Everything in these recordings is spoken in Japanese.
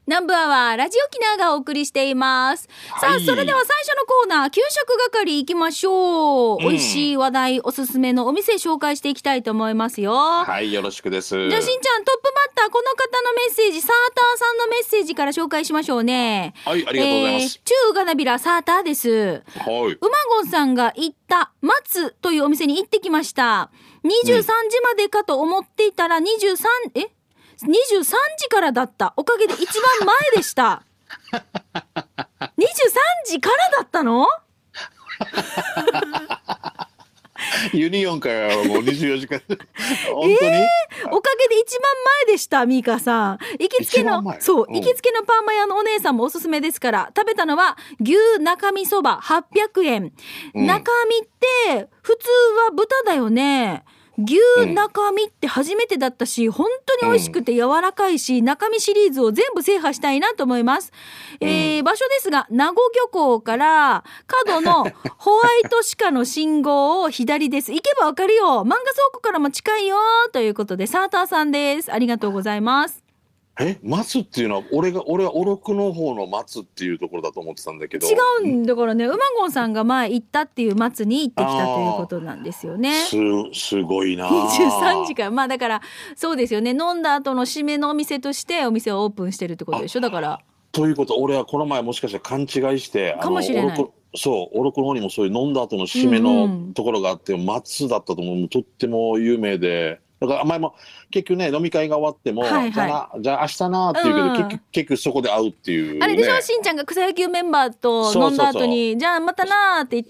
南部アワーラジオ沖縄がお送りしています、さあそれでは最初のコーナー給食係行きましょう、美味しい話題おすすめのお店紹介していきたいと思いますよ。 はい、よろしくです。 じゃあしんちゃんトップバッターこの方のメッセージ、サーターさんのメッセージから紹介しましょうね。 はい、ありがとうございます。 中がなびらサーターです。 はい。 うまごんさんが行った松というお店に行ってきました。23時までかと思っていたら23時からだった。おかげで一番前でした23時からだったのユニオンかよ、もう24時間本当に、 おかげで一番前でした。ミーカさん行きつけの行きつけのパンマ屋のお姉さんもおすすめですから。食べたのは牛中身そば800円、中身って普通は豚だよね。牛中身って初めてだったし、本当に美味しくて柔らかいし、中身シリーズを全部制覇したいなと思います。場所ですが、名護漁港から角のホワイト鹿の信号を左です。行けばわかるよ。漫画倉庫からも近いよということで、サーターさんです。ありがとうございます。 松っていうのは俺はおろくの方の松っていうところだと思ってたんだけど、 違うんだからね、うまごんさんが前行ったっていう松に行ってきたということなんですよね。 すごいな。 23時からだからそうですよね。飲んだ後の締めのお店としてお店をオープンしてるってことでしょ。だからということ俺はこの前もしかしたら勘違いしてかもしれない。 おろくの方にもそういう飲んだ後の締めのところがあって、松だったと思う。とっても有名で、だから前も結局ね、飲み会が終わっても、じゃあ明日なって言うけど、結局そこで会うっていう、ね、 あれでしょ。しんちゃんが草野球メンバーと飲んだ後にじゃあまたなって言って、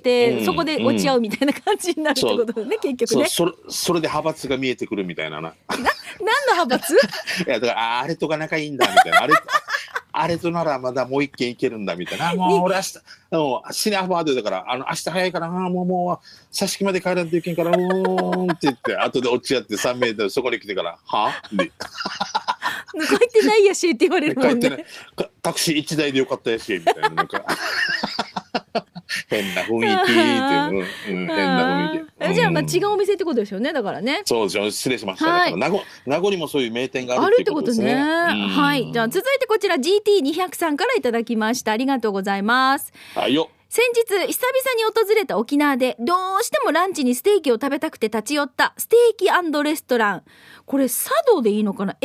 そこで落ち合うみたいな感じになるってことね、結局ね。 それで派閥が見えてくるみたいな何の派閥いやだからあれとが仲いいんだみたいなあれとならまだもう一軒行けるんだみたいな。もう俺明日シネアファードだから明日早いからもう挿し木まで帰らんといけんからって言って後で落ち合って3メートルそこに来てからで帰ってないやしって言われるもんね。 タクシー1台でよかったやしみたいな、なんか変な雰囲気って変な雰囲気。 じゃあ違うお店ってことですよね。だからね。 そうですよ、失礼しました。はい、名護にもそういう名店があるってことですね。 はい。じゃあ続いてこちら GT200 さんからいただきました。ありがとうございます。 はいよ。 先日久々に訪れた沖縄でどうしてもランチにステーキを食べたくて立ち寄ったステーキ&レストラン。これ佐渡でいいのかな。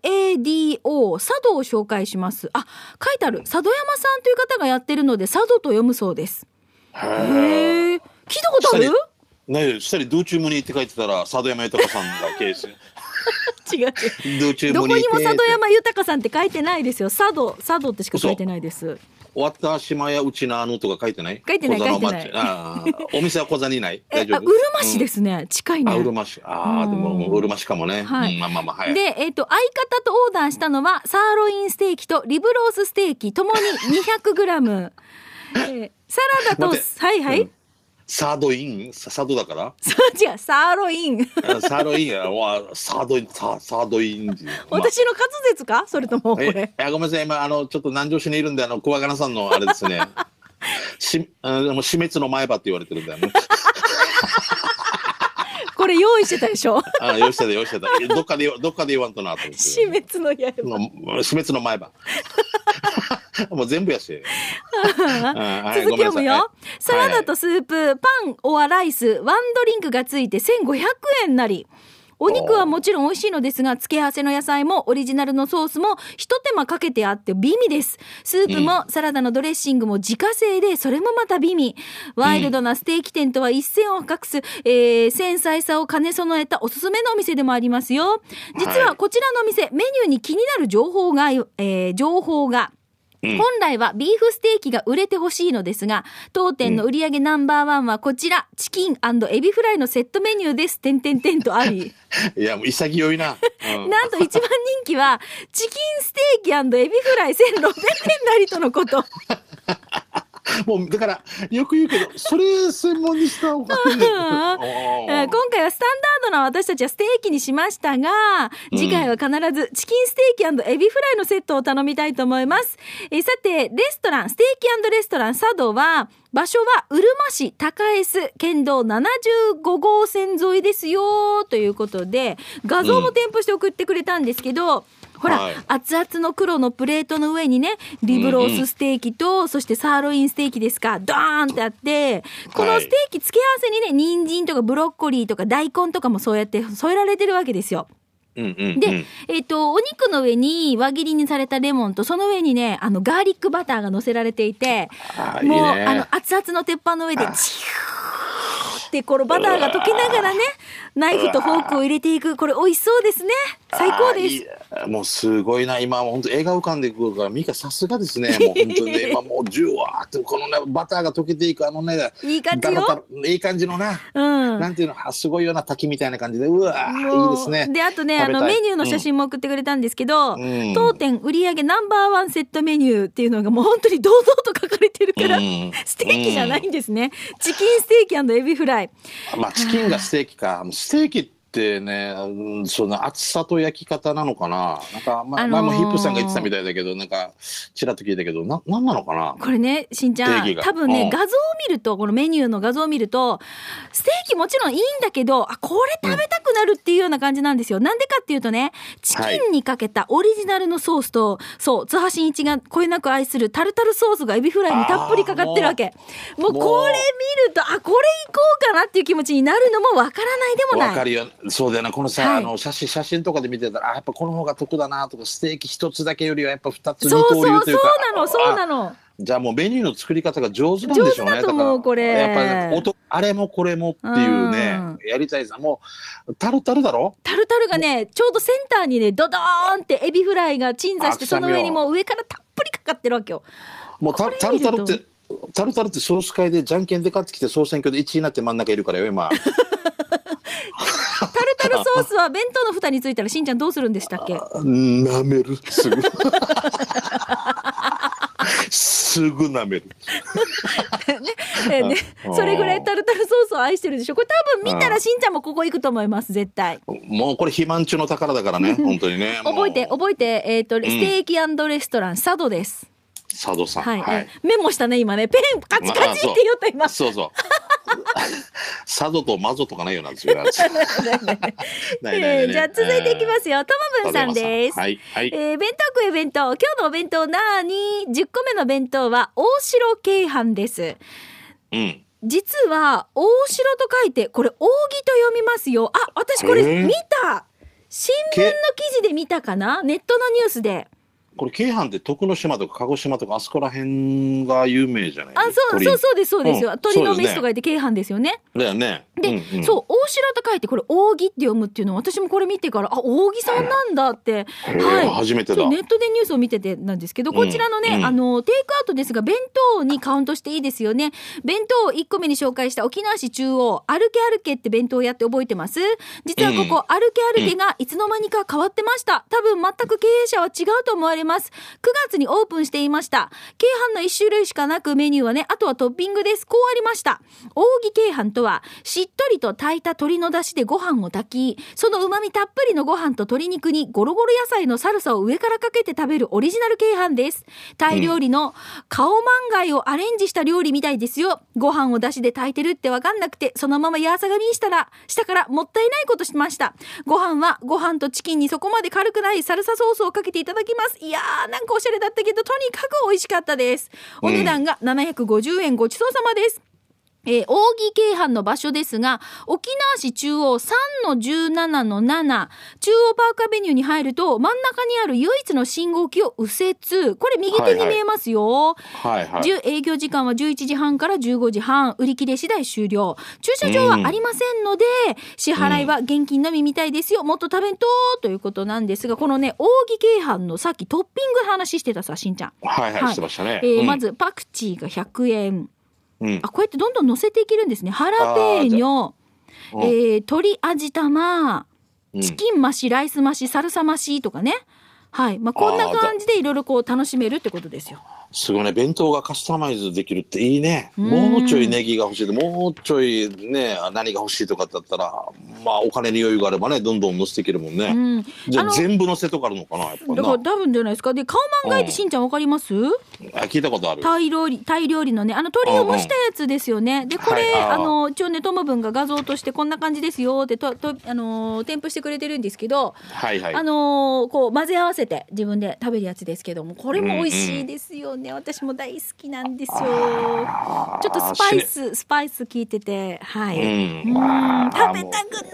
SADO 佐渡を紹介します。書いてある。佐渡山さんという方がやってるので佐渡と読むそうです。へえ、聞いたことある？ ね、下にドゥーチュームニーって書いてたら佐渡山豊さんが経営して違うどこにも佐渡山豊さんって書いてないですよ。佐渡ってしか書いてないです。 渡島やうちなとか書いてない？ 書いてない。 お店は小座にない？大丈夫？ うるま市ですね。近いね。 うるま市。でもうるま市かもね。 はい。 はい。 で、相方とオーダーしたのはサーロインステーキとリブロースステーキともに 200g サラダとはいサードイン佐渡だから違う、サーロインサーロインサードイン私の滑舌かそれともこれごめんなさい。今ちょっと南城市にいるんで桑名さんのあれですね死滅の前歯って言われてるんだよねこれ用意してたでしょ用意してたどっかで言わんとなと思って死滅の刃死滅の前歯もう全部やし続き読むよ。サラダとスープ、パンオアライス、ワンドリンクがついて1500円なり。お肉はもちろん美味しいのですが、付け合わせの野菜もオリジナルのソースも一手間かけてあって美味です。スープもサラダのドレッシングも自家製で、それもまた美味。ワイルドなステーキ店とは一線を画す、繊細さを兼ね備えたおすすめのお店でもありますよ。実はこちらのお店、メニューに気になる情報が本来はビーフステーキが売れてほしいのですが、当店の売上ナンバーワンはこちら、チキン&エビフライのセットメニューです。とありいやもう潔いな、 なんと一番人気はチキンステーキ&エビフライ1600円なりとのこともうだからよく言うけどそれ専門にした方がいい今回はスタンダードな私たちはステーキにしましたが、次回は必ずチキンステーキ&エビフライのセットを頼みたいと思います。さてステーキ&レストラン佐渡は場所はうるま市高 S 県道75号線沿いですよということで画像も添付して送ってくれたんですけど、 ほら、熱々の黒のプレートの上にね、リブロースステーキと、そしてサーロインステーキですか、ドーンってあって、このステーキ付け合わせにね、人参とかブロッコリーとか大根とかもそうやって添えられてるわけですよ。で、お肉の上に輪切りにされたレモンと、その上にね、ガーリックバターが乗せられていて、もう、熱々の鉄板の上で、チューってこのバターが溶けながらね、ナイフとフォークを入れていく。これ美味しそうですね。最高です。 もうすごいな。今本当映画浮かんでくるからミカさすがですね。もう本当に今もうジュワーってこのねバターが溶けていくね、 いい感じよ。 いい感じのな、なんていうの、すごいような滝みたいな感じで、うわーいいですね。 であとね、メニューの写真も送ってくれたんですけど、当店売上ナンバーワンセットメニューっていうのがもう本当に堂々と書かれてるから、ステーキじゃないんですね。チキンステーキ&エビフライ。 まあチキンがステーキか。ステーキってね、その厚さと焼き方なのかな。なんか前もヒップさんが言ってたみたいだけど、なんかちらっと聞いたけど、なんなのかな。 これね、しんちゃん、多分ね、画像を見ると、このメニューの画像を見ると、ステーキもちろんいいんだけど、これ食べたくなるっていうような感じなんですよ。なんでかっていうとね、チキンにかけたオリジナルのソースと、そう、津波真一がこよなく愛するタルタルソースがエビフライにたっぷりかかってるわけ。もうこれ見ると、これいこうかなっていう気持ちになるのもわからないでもない。 わかるよ。そうだよな。このさ、写真とかで見てたら、やっぱこの方が得だなとか、ステーキ一つだけよりはやっぱ二つ二刀流というか。 そうなの。 じゃあもうメニューの作り方が上手なんでしょうね。 上手だと思う、これ。 やっぱね、あれもこれもっていうね、やりたいさ。もうタルタルだろ。 タルタルがね、ちょうどセンターにね、ドドーンってエビフライが鎮座して、その上にもう上からたっぷりかかってるわけよ。 もうタルタルってソース会でじゃんけんで買ってきて総選挙で1位になって真ん中いるからよ今。 タルタルソースは弁当の蓋についたらしんちゃんどうするんでしたっけ？ 舐める、すぐすぐ舐めるね、それぐらいタルタルソースを愛してるでしょ。これ多分見たらしんちゃんもここ行くと思います、絶対。 もうこれ肥満中の宝だからね本当にね。 覚えて、ステーキ&レストラン佐渡です。 佐渡さん、 メモしたね今ね。ペンカチカチって言った今。 そう佐渡とマゾとかないようなんですよ。じゃあ続いていきますよ。ともぶんさんです。弁当食え弁当。今日のお弁当なーに？10個目の弁当は大城京阪です。実は大城と書いてこれ扇と読みますよ。私これ見た。新聞の記事で見たかな？ネットのニュースで。 これ京阪って徳之島とか鹿児島とかあそこら辺が有名じゃない？ そうですよ。鳥のメスと書いて京阪ですよね。 だよね。 で、大城と書いてこれ扇って読むっていうのを私もこれ見てから扇さんなんだって、 初めてだ。 ネットでニュースを見ててなんですけど、こちらのね、テイクアウトですが弁当にカウントしていいですよね。弁当を1個目に紹介した沖縄市中央歩け歩けって弁当をやって覚えてます？実はここ歩け歩けがいつの間にか変わってました。多分全く経営者は違うと思われます。9月にオープンしていました。京阪の1種類しかなくメニューはね、あとはトッピングです。こうありました。扇京阪とはしっとりと炊いた鶏の出汁でご飯を炊き、その旨味たっぷりのご飯と鶏肉にゴロゴロ野菜のサルサを上からかけて食べるオリジナル京阪です。タイ料理のカオマンガイをアレンジした料理みたいですよ。ご飯を出汁で炊いてるってわかんなくて、そのままやさがりにしたからもったいないことしました。ご飯はご飯とチキンにそこまで軽くないサルサソースをかけていただきます。いやー、なんかおしゃれだったけどとにかく美味しかったです。お値段が750円。ごちそうさまです。扇京阪の場所ですが、沖縄市中央 3-17-7 中央パークアベニューに入ると真ん中にある唯一の信号機を右折。これ右手に見えますよ。営業時間は11時半から15時半。売り切れ次第終了。駐車場はありませんので、支払いは現金のみみたいですよ。もっと食べんということなんですが、このね、扇京阪のさっきトッピングの話してたさ、しんちゃん。 してましたね。 まずパクチーが100円。こうやってどんどん乗せていけるんですね。ハラペーニョ、鶏味玉、チキン増し、ライス増し、サルサ増しとかね。こんな感じでいろいろこう楽しめるってことですよ。 すごいね。弁当がカスタマイズできるっていいね。もうちょいネギが欲しい、もうちょいね何が欲しいとかだったら、お金に余裕があればね、どんどん乗せていけるもんね。じゃあ全部乗せとかあるのかな。やっぱだから多分じゃないですか。で、カオマンガイってしんちゃんわかります？ 聞いたことある。 タイ料理のね、鶏を蒸したやつですよね。で、これ一応ね、トム分が画像としてこんな感じですよって添付してくれてるんですけど、こう混ぜ合わせせて自分で食べるやつですけども、これも美味しいですよね、私も大好きなんですよ。ちょっとスパイス効いてて、はい、食べたくなるな。ど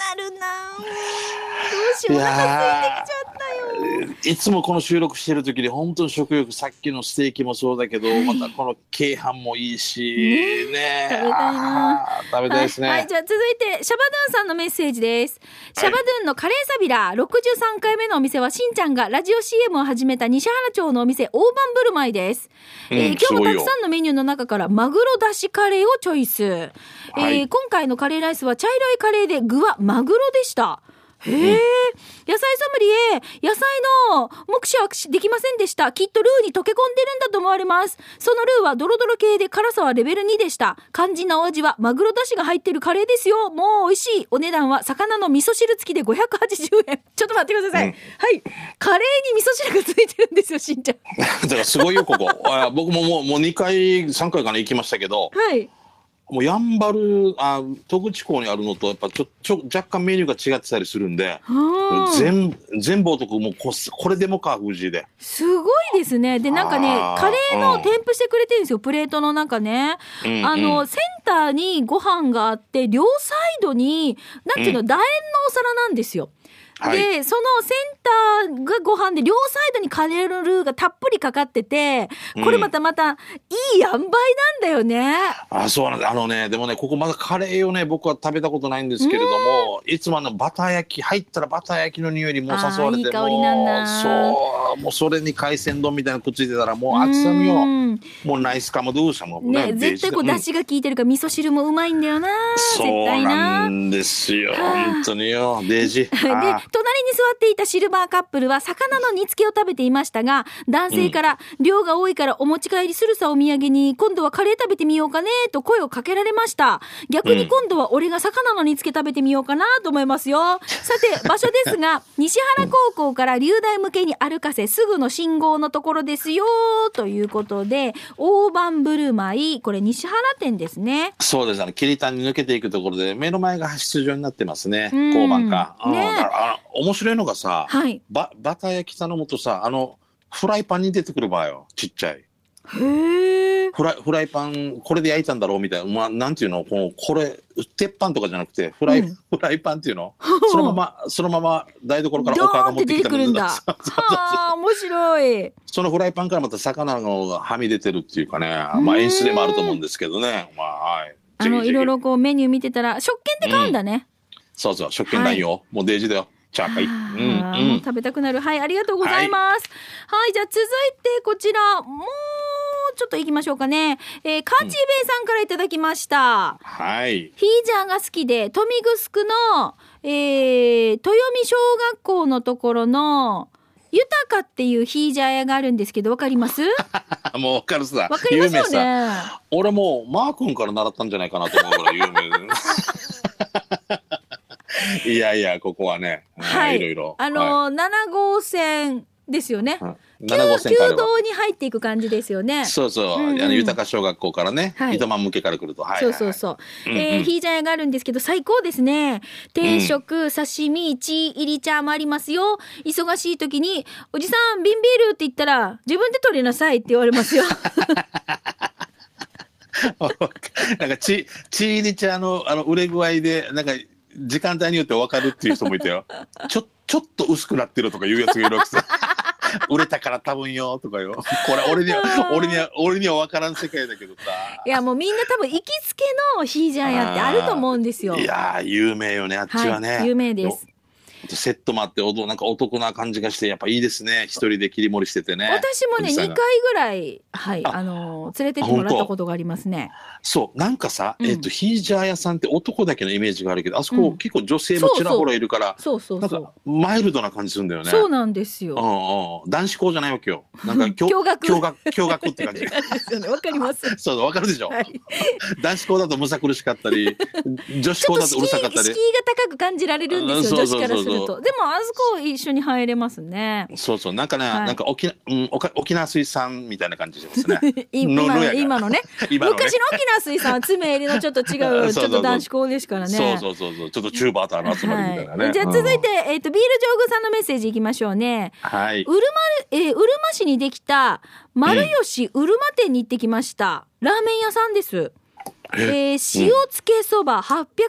うしよう、お腹空いてきちゃったよ。 いつもこの収録してる時に本当に食欲、さっきのステーキもそうだけど、またこの鶏飯もいいしね、 食べたいな。 食べたいですね。 はい、じゃあ続いてシャバドゥンさんのメッセージです。シャバドゥンのカレーサビラ63回目のお店は、しんちゃんがラジオ CM を始めた西原町のお店大盤振る舞いです。今日もたくさんのメニューの中からマグロだしカレーをチョイス。今回のカレーライスは茶色いカレーで具はマグロでした。へえ、野菜ソムリエ、野菜の目視はできませんでした。きっとルーに溶け込んでるんだと思われます。そのルーはドロドロ系で辛さはレベル2でした。肝心なお味はマグロだしが入ってるカレーですよ。もう美味しい。お値段は魚の味噌汁付きで580円。ちょっと待ってください、はい、カレーに味噌汁がついてるんですよ、しんちゃん。 だからすごいよここ。僕ももう2回3回かな行きましたけど、 はい、 もうやんばる戸口港にあるのとやっぱ若干メニューが違ってたりするんで、全部男もうこれでもか藤井ですごいですね。でなんかね、カレーの添付してくれてるんですよ、プレートの中ね、センターにご飯があって両サイドになんていうの、楕円のお皿なんですよ。でそのセンターがご飯で両サイドにカレーのルーがたっぷりかかってて、これまたいい塩梅なんだよね。 そうなんだ。でもね、ここまだカレーをね僕は食べたことないんですけれども、いつもバター焼き入ったらバター焼きの匂いにもう誘われて、いい香りなんだ。もうそれに海鮮丼みたいなのくっついてたらもう熱さみよ、もうナイスカムドゥーシャもね、絶対こう出汁が効いてるから味噌汁もうまいんだよな。 そうなんですよ、本当によ、デジ。 で隣に座っていたシルバーカップルは魚の煮付けを食べていましたが、男性から量が多いからお持ち帰りするさお土産に今度はカレー食べてみようかねと声をかけられました。逆に今度は俺が魚の煮付け食べてみようかなと思いますよ。さて場所ですが西原高校から流大向けに歩かせすぐの信号のところですよということで、大盤振る舞い、これ西原店ですね。 そうです、桐谷に抜けていくところで目の前が出場になってますね、交番か、面白いのがさ、バター焼き頼むとさ、フライパンに出てくる場合よ、ちっちゃい。フライパンこれで焼いたんだろうみたいな、なんていうの、これ鉄板とかじゃなくてフライパンっていうの、そのまま台所からお母が持ってきたものだ。 面白い。 そのフライパンからまた魚がはみ出てるっていうかね、演出でもあると思うんですけどね。 いろいろこうメニュー見てたら食券で買うんだね。 そう食券ないよ、もうデージだよ。 もう食べたくなる。はい、ありがとうございます。はい、じゃあ続いてこちらもうちょっと行きましょうかね。カーチーベイさんからいただきました。ヒージャーが好きで豊見城の、豊見小学校のところの豊かっていうヒージャー屋があるんですけど、わかります？ もうわかるさ。 わかりますよね。 俺もうマー君から習ったんじゃないかなと思うぐらい有名いやここはね、いろいろ 7号線ですよね。旧道に入っていく感じですよね。 そう豊か小学校からね、糸満向けから来ると、ヒージャー屋があるんですけど最高ですね。定食、刺身、チー入り茶もありますよ。忙しい時におじさん瓶ビールって言ったら自分で取りなさいって言われますよ。 なんかチー入り茶の売れ具合でなんか時間帯によって分かるっていう人もいたよ。ちょっと薄くなってるとかいうやつがいるわけさ。売れたから多分よとかよ。これ俺には分からん世界だけどさ。 いやもうみんな多分行きつけのヒージャー屋ってあると思うんですよ。 いや有名よね、あっちはね。 有名です。 セットもあってなんかお得な感じがしてやっぱいいですね。一人で切り盛りしててね。 私もね2回ぐらい連れてってもらったことがありますね。 そうなんかさ、ヒージャー屋さんって男だけのイメージがあるけど、あそこ結構女性もちらほらいるから、なんかマイルドな感じするんだよね。 そうなんですよ。 男子校じゃないわけよ。なんか共学って感じ。 わかります。 そうわかるでしょ。男子校だとむさ苦しかったり、女子校だとうるさかったり。 敷居が高く感じられるんですよ、女子からするると。でもあそこ一緒に入れますね。 そうそう、なんかね、なんか沖縄水産みたいな感じですね。 今のね昔の沖縄水産は爪入りのちょっと違うちょっと男子校ですからね。 そうちょっとチューバーターの集まりみたいなね。 じゃあ続いて、ビール上宮さんのメッセージいきましょうね。 はい。 うるま市にできた丸吉うるま店に行ってきました。ラーメン屋さんです。塩つけそば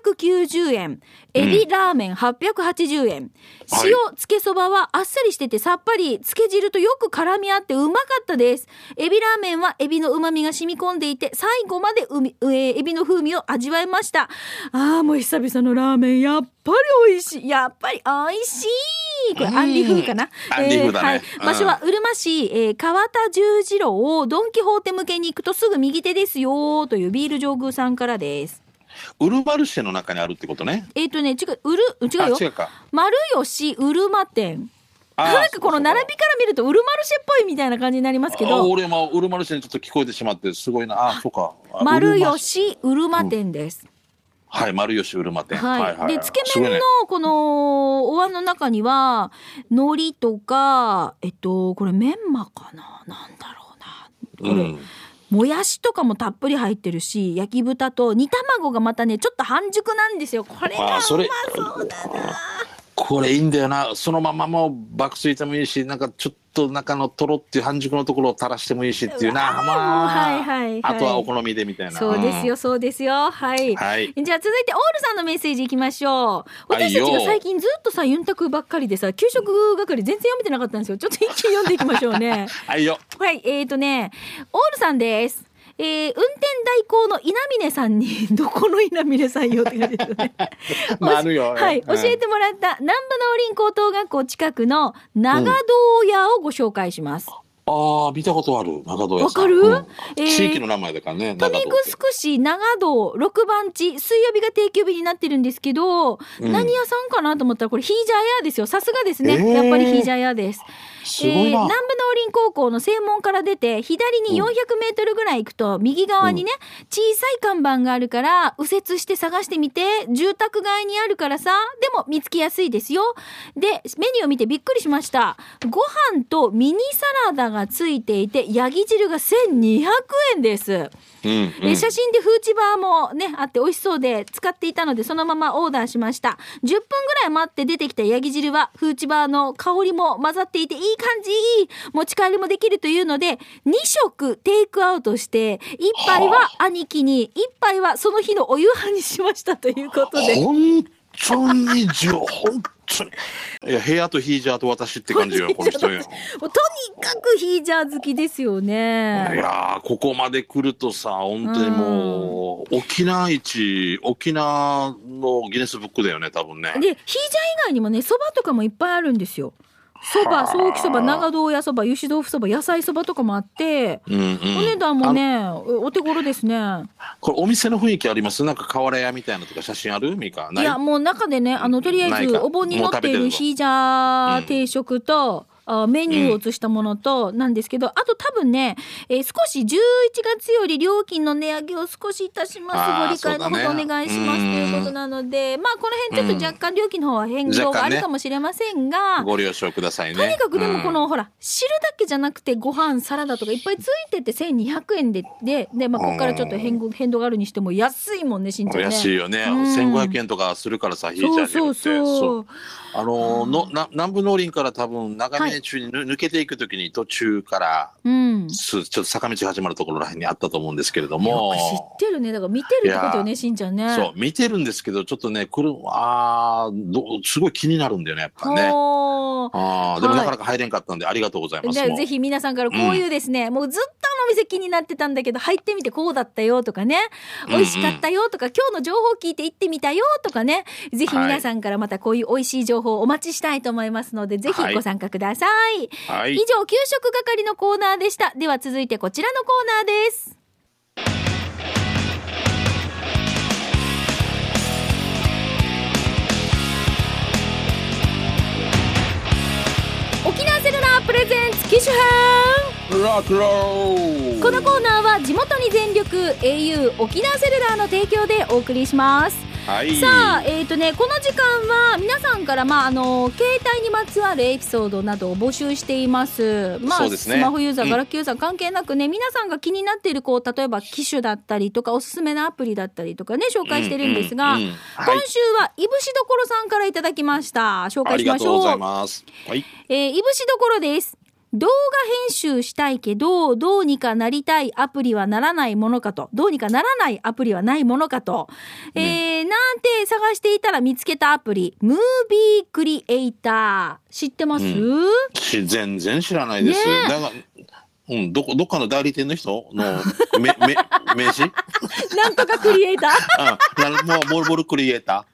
890円、エビラーメン880円、塩つけそばはあっさりしててさっぱり、つけ汁とよく絡み合ってうまかったです。エビラーメンはエビの旨味が染み込んでいて最後までエビの風味を味わえました。もう久々のラーメンやっぱり美味しい。やっぱり美味しい。これアンディ風かな。 アンディ風だね。はい。 場所はうるま市、川田十字路をドンキホーテ向けに行くとすぐ右手ですよというビール上宮さんからです。 ウルマルシェの中にあるってことね。 違うよ。 違うか。 丸吉うるま店。なんかこの並びから見るとウルマルシェっぽいみたいな感じになりますけど。 俺もウルマルシェにちょっと聞こえてしまってすごいな。そうか。 丸吉うるま店です。 はい、丸吉うるま店。 でつけ麺のこのお椀の中には海苔とかこれメンマかな、なんだろうな、これ、もやしとかもたっぷり入ってるし、焼き豚と煮卵がまたねちょっと半熟なんですよ。これがうまそうだな。 これいいんだよな。そのままも爆睡てもいいし、なんかちょっと中のとろっていう半熟のところを垂らしてもいいしっていうな。あとはお好みでみたいな。 そうですよ。はい。じゃあ続いてオールさんのメッセージいきましょう。私たちが最近ずっとさユンタクばっかりでさ、給食係全然読めてなかったんですよ。ちょっと一気に読んでいきましょうね。 はいよ。 はい、オールさんです。運転代行の稲峰さんにどこの稲峰さんよって感じですよね。 あるよ。 はい、教えてもらった南部農林高等学校近くの長堂屋をご紹介します。 見たことある。長堂屋さん。 わかる？ 地域の名前だからね。 豊見城市長堂6番地、水曜日が定休日になってるんですけど、何屋さんかなと思ったらこれヒージャー屋ですよ。さすがですね。やっぱりヒージャー屋です。 すごいな。 南部農林高校の正門から出て左に400メートルぐらい行くと右側にね、小さい看板があるから右折して探してみて。住宅街にあるからさ、でも見つけやすいですよ。でメニューを見てびっくりしました。ご飯とミニサラダがついていてヤギ汁が1200円です。写真でフーチバーもねあって美味しそうで使っていたのでそのままオーダーしました。10分ぐらい待って出てきたヤギ汁はフーチバーの香りも混ざっていていい感じ。持ち帰りもできるというので2食テイクアウトして1杯は兄貴に1杯はその日のお夕飯にしましたということで。 本当にいや部屋とヒージャーと私って感じよこの人よ。とにかくヒージャー好きですよね。 いやここまで来るとさ本当にもう沖縄のギネスブックだよね多分ね。 でヒージャー以外にもねそばとかもいっぱいあるんですよ。そば、ソーキそば、長堂屋そば、油脂豆腐そば、野菜そばとかもあって、お値段もねお手頃ですね。 これお店の雰囲気あります？なんか瓦屋みたいなとか写真ある？ミカない？ いやもう中でねとりあえずお盆に乗っているヒージャー定食と、メニューを写したものとなんですけど、あと多分ね、少し11月より料金の値上げを少しいたします。ご理解のほどお願いしますということなので、この辺ちょっと若干料金の方は変動があるかもしれませんが、 ご了承くださいね。 とにかくでもこの、ほら汁だけじゃなくてご飯サラダとかいっぱいついてて1200円でここからちょっと変動があるにしても安いもんね。しんちゃんね安いよね。1500円とかするからさ、ヒージャーによってそう南部農林から多分長峰中に抜けていくときに途中から、ちょっと坂道が始まるところらへんにあったと思うんですけれども。 よく知ってるね。だから見てるってことよね、しんちゃんね。 そう見てるんですけどちょっとねすごい気になるんだよねやっぱね。でもなかなか入れんかったんでありがとうございます。 ぜひ皆さんからこういうですね、もうずっとお店気になってたんだけど入ってみてこうだったよとかね、美味しかったよとか、今日の情報聞いて行ってみたよとかね、ぜひ皆さんからまたこういう美味しい情報をお待ちしたいと思いますので、ぜひご参加ください。以上給食係のコーナーでした。では続いてこちらのコーナーです。沖縄セルラープレゼンツ機種編ロックロー。 このコーナーは地元に全力 au 沖縄セルラーの提供でお送りします。 はい。 さあ、この時間は皆さんから携帯にまつわるエピソードなどを募集しています。 そうですね、 スマホユーザー、ガラケーユーザー関係なくね、皆さんが気になっている例えば機種だったりとかおすすめのアプリだったりとかね紹介してるんですが、今週はいぶしどころさんからいただきました。紹介しましょう。 ありがとうございます。はい。 いぶしどころです。動画編集したいけどどうにかなりたいアプリはならないものかと、どうにかならないアプリはないものかと、なんて探していたら見つけたアプリ、ムービークリエイター、知ってます？ 全然知らないです。だからどっかの代理店の人の名刺なんとかクリエイターもうボルボルクリエイタ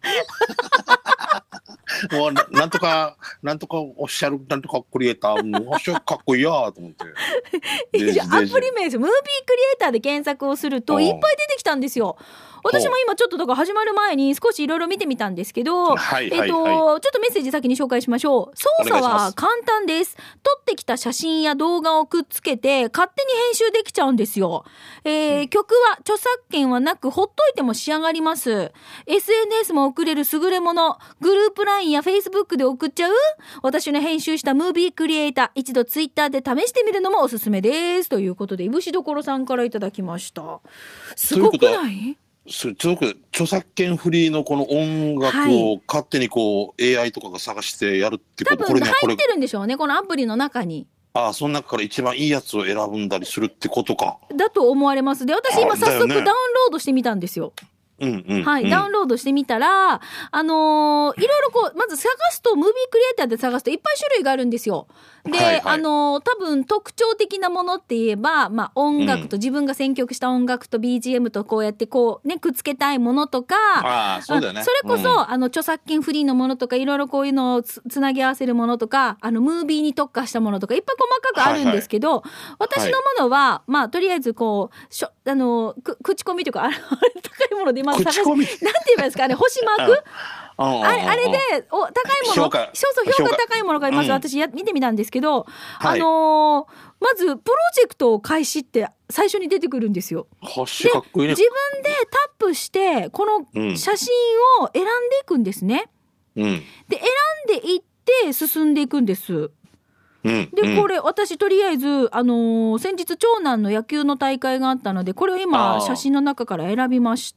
ーもうなんとかおっしゃるなんとかクリエイターかっこいいやと思ってアプリ名です。ムービークリエイターで検索をするといっぱい出てきたんですよ。私も今ちょっとだから始まる前に少しいろいろ見てみたんですけど、ちょっとメッセージ先に紹介しましょう。操作は簡単です。撮ってきた写真や動画をくっつけて勝手に編集できちゃうんですよ。曲は著作権はなくほっといても仕上がります。 SNS も送れる優れもの。グループ LINE や Facebook で送っちゃう。私の編集したムービークリエイター、一度 Twitter で試してみるのもおすすめです、ということでいぶしどころさんからいただきました。すごくない？ すごく著作権フリーのこの音楽を勝手にAI とかが探してやるってこと、 多分入ってるんでしょうね、このアプリの中に。 その中から一番いいやつを選ぶんだりするってことか。 だと思われます。で、私今早速ダウンロードしてみたんですよ。ダウンロードしてみたら、いろいろまず探すと、ムービークリエイターで探すといっぱい種類があるんですよ。で、多分特徴的なものって言えば、音楽と、自分が選曲した音楽と BGM とこうやってくっつけたいものとか、 そうだよね。 それこそ、著作権フリーのものとか、いろいろこういうのをつなぎ合わせるものとか、ムービーに特化したものとか、いっぱい細かくあるんですけど、私のものは、とりあえず口コミというか、高いもので今探して、なんて言えばいいですかね、星マーク、あれで高いもの、評価高いものがあります。私見てみたんですけど、まずプロジェクトを開始って最初に出てくるんですよ。で、自分でタップしてこの写真を選んでいくんですね。で、選んでいって進んでいくんです。で、これ私とりあえず先日長男の野球の大会があったので、これを今写真の中から選びました。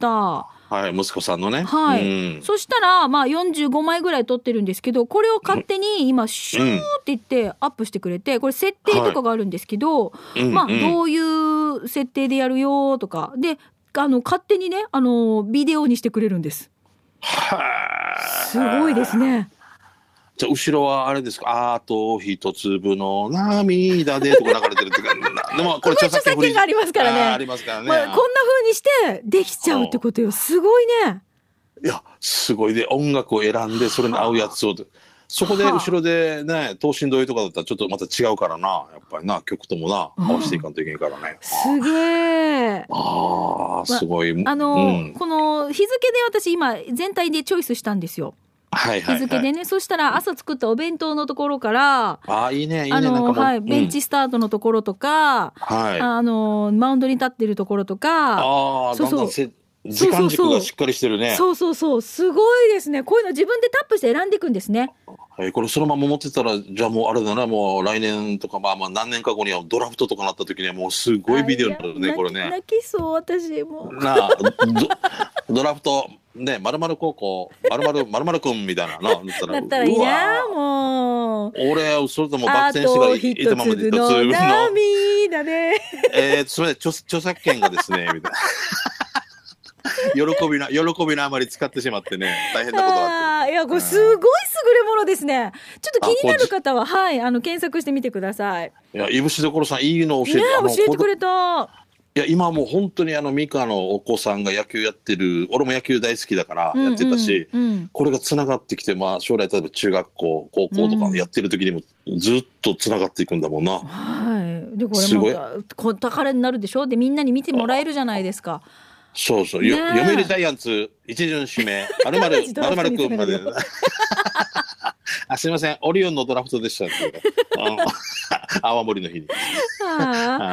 息子さんのね。 そしたら45枚ぐらい撮ってるんですけど、これを勝手に今シューって言ってアップしてくれて、これ設定とかがあるんですけど、どういう設定でやるよとかで勝手にねビデオにしてくれるんです。すごいですね。 じゃあ後ろはあれですか、あと一粒の涙でとか流れてるっていうかでもこれ著作権がありますからね。 ありますからね。 こんな風にしてできちゃうってことよ。すごいね。 いやすごいで、音楽を選んでそれに合うやつを、そこで後ろでね等身同意とかだったらちょっとまた違うからな、やっぱりな、曲ともな合わせていかんといけないからね。 すげえ。 すごい。 この日付で私今全体でチョイスしたんですよ。日付でね。そしたら朝作ったお弁当のところから、 いいねなんかベンチスタートのところとか、マウンドに立ってるところとか、 時間軸がしっかりしてるね。 そうすごいですね。こういうの自分でタップして選んでいくんですね。 これそのまま持ってたら、じゃあもうあれだな、もう来年とか何年か後にはドラフトとかなった時にはもうすごいビデオになるね、これね。 泣きそう私も。 ドラフトね、〇〇高校〇〇くんみたいななったらいいな。もう俺それともバッテンしてからいたままで涙ね。 それ著作権がですねみたいな喜びのあまり使ってしまってね、大変なことがあって。 いやこれすごい優れものですね。ちょっと気になる方は検索してみてください。 いやいぶしどころさんいいの教えてくれた。 いや今もう本当にミカのお子さんが野球やってる、俺も野球大好きだからやってたし、これがつながってきて、将来例えば中学校高校とかやってる時にもずっとつながっていくんだもんな。 でこれも宝になるでしょ。でみんなに見てもらえるじゃないですか。 そう読売ジャイアンツ一巡指名〇〇くんまで。すいません、オリオンのドラフトでしたって泡盛の日に。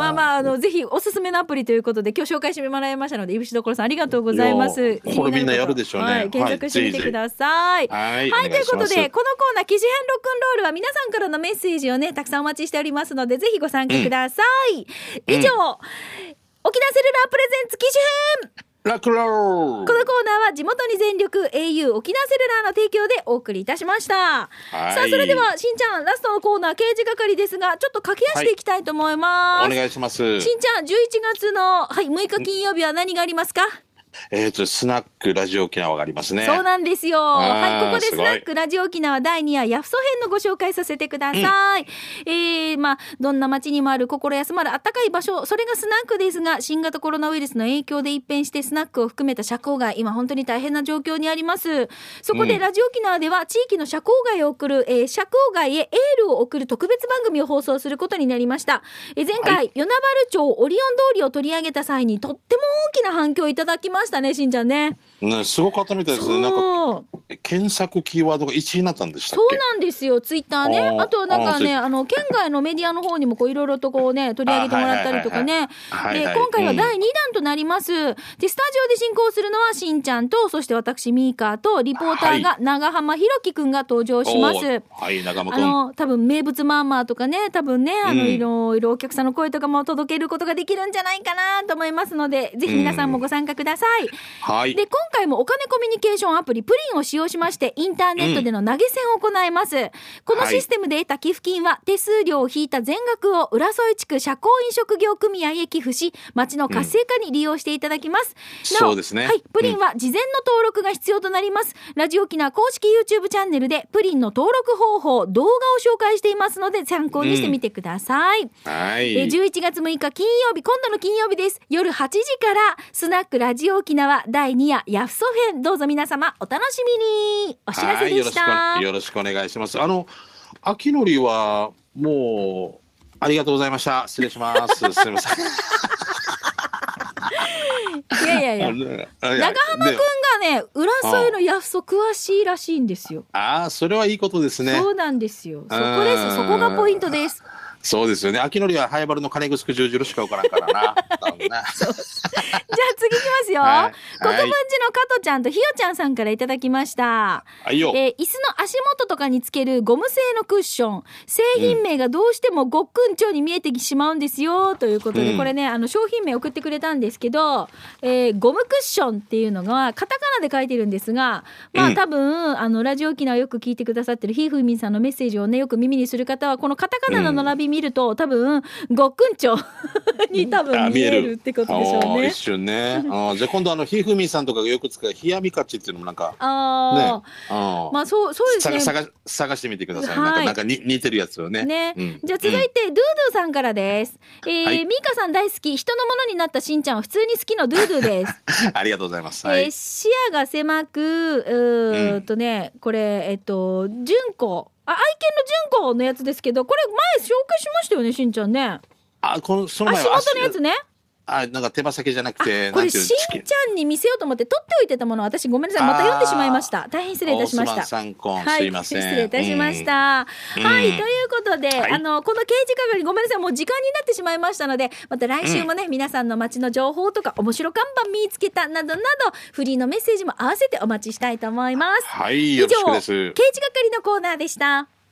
ぜひおすすめのアプリということで今日紹介してもらいましたので、いぶしどころさんありがとうございます。 これみんなやるでしょうね。 はい、検索してみてください。はい、ということでこのコーナー記事編ロックンロールは皆さんからのメッセージをねたくさんお待ちしておりますので、ぜひご参加ください。以上、沖縄セルラープレゼンツ記事編ラクロー。 このコーナーは地元に全力 au 沖縄セルラーの提供でお送りいたしました。さあ、それではしんちゃんラストのコーナー刑事係ですが、ちょっと駆け足でいきたいと思います。 お願いします。 しんちゃん11月の、6日金曜日は何がありますか？ スナックラジオ沖縄がありますね。 そうなんですよ。はい、ここでスナックラジオ沖縄第2夜ヤフソ編のご紹介させてください。どんな街にもある心休まるあったかい場所、それがスナックですが、新型コロナウイルスの影響で一変してスナックを含めた社交界、今本当に大変な状況にあります。そこでラジオ沖縄では地域の社交界を送る、社交界へエールを送る特別番組を放送することになりました。前回、与那原町オリオン通りを取り上げた際にとっても大きな反響をいただきましたね、しんちゃんね。 すごかったみたいですね。なんか検索キーワードが1位になったんでしたっけ？ そうなんですよ。ツイッターね。あとなんかね、県外のメディアの方にもいろいろとこうね取り上げてもらったりとかね。で、今回は第2弾となります。で、スタジオで進行するのはしんちゃんと、そして私ミーカーとリポーターが長浜ひろきくんが登場します。 はい、長浜くん。 多分名物マーマーとかね、多分ねいろいろお客さんの声とかも届けることができるんじゃないかなと思いますので、ぜひ皆さんもご参加ください。 はい。 で、今回もお金コミュニケーションアプリプリンを使用しましてインターネットでの投げ銭を行います。このシステムで得た寄付金は手数料を引いた全額を浦添地区社交飲食業組合へ寄付し、町の活性化に利用していただきます。 そうですね。 はい、プリンは事前の登録が必要となります。ラジオ沖縄公式 YouTube チャンネルでプリンの登録方法、動画を紹介していますので参考にしてみてください。 はい。 11月6日金曜日、今度の金曜日です。夜8時からスナックラジオ沖縄第2夜ヤフソ編、どうぞ皆様お楽しみに。お知らせでした。 よろしくお願いします。秋のりはもうありがとうございました。失礼します。すみません。 いや長浜くんがね、浦添のヤフソ詳しいらしいんですよ。 それはいいことですね。 そうなんですよ。そこです。そこがポイントです。 そうですよね。秋のりはハイバルの金城十字路しか分からんからな。 じゃあ次いきますよ。国分寺の加トちゃんとひよちゃんさんからいただきました。椅子の足元とかにつけるゴム製のクッション、製品名がどうしてもごっくんちょうに見えてしまうんですよということで、これね商品名送ってくれたんですけど、ゴムクッションっていうのがカタカナで書いてるんですが、多分ラジオ沖縄よく聞いてくださってるひふみんさんのメッセージをねよく耳にする方は、このカタカナの並び見ると多分ごっくんちょうに多分見えるってことでしょうね。 一瞬ね。じゃあ今度ひふみさんとかがよく使う冷やみかちっていうのもなんかね。 そうですね。 探してみてください。なんか似てるやつをね。 じゃあ続いてドゥードゥさんからです。ミーカさん大好き、人のものになったしんちゃんは普通に好きのドゥードゥです。 ありがとうございます。 視野が狭くこれ純子。愛犬の純子のやつですけど、これ前紹介しましたよね、しんちゃんね。 その前は足元のやつね。 なんか手羽先じゃなくて、 これしんちゃんに見せようと思って取っておいてたものを私ごめんなさい、また読んでしまいました。大変失礼いたしました。 すいません。 失礼いたしました。ということで、この刑事係ごめんなさい、もう時間になってしまいましたので、また来週もね、皆さんの街の情報とか面白看板見つけたなどなどフリーのメッセージも合わせてお待ちしたいと思います。 よろしくです。 以上、刑事係のコーナーでした。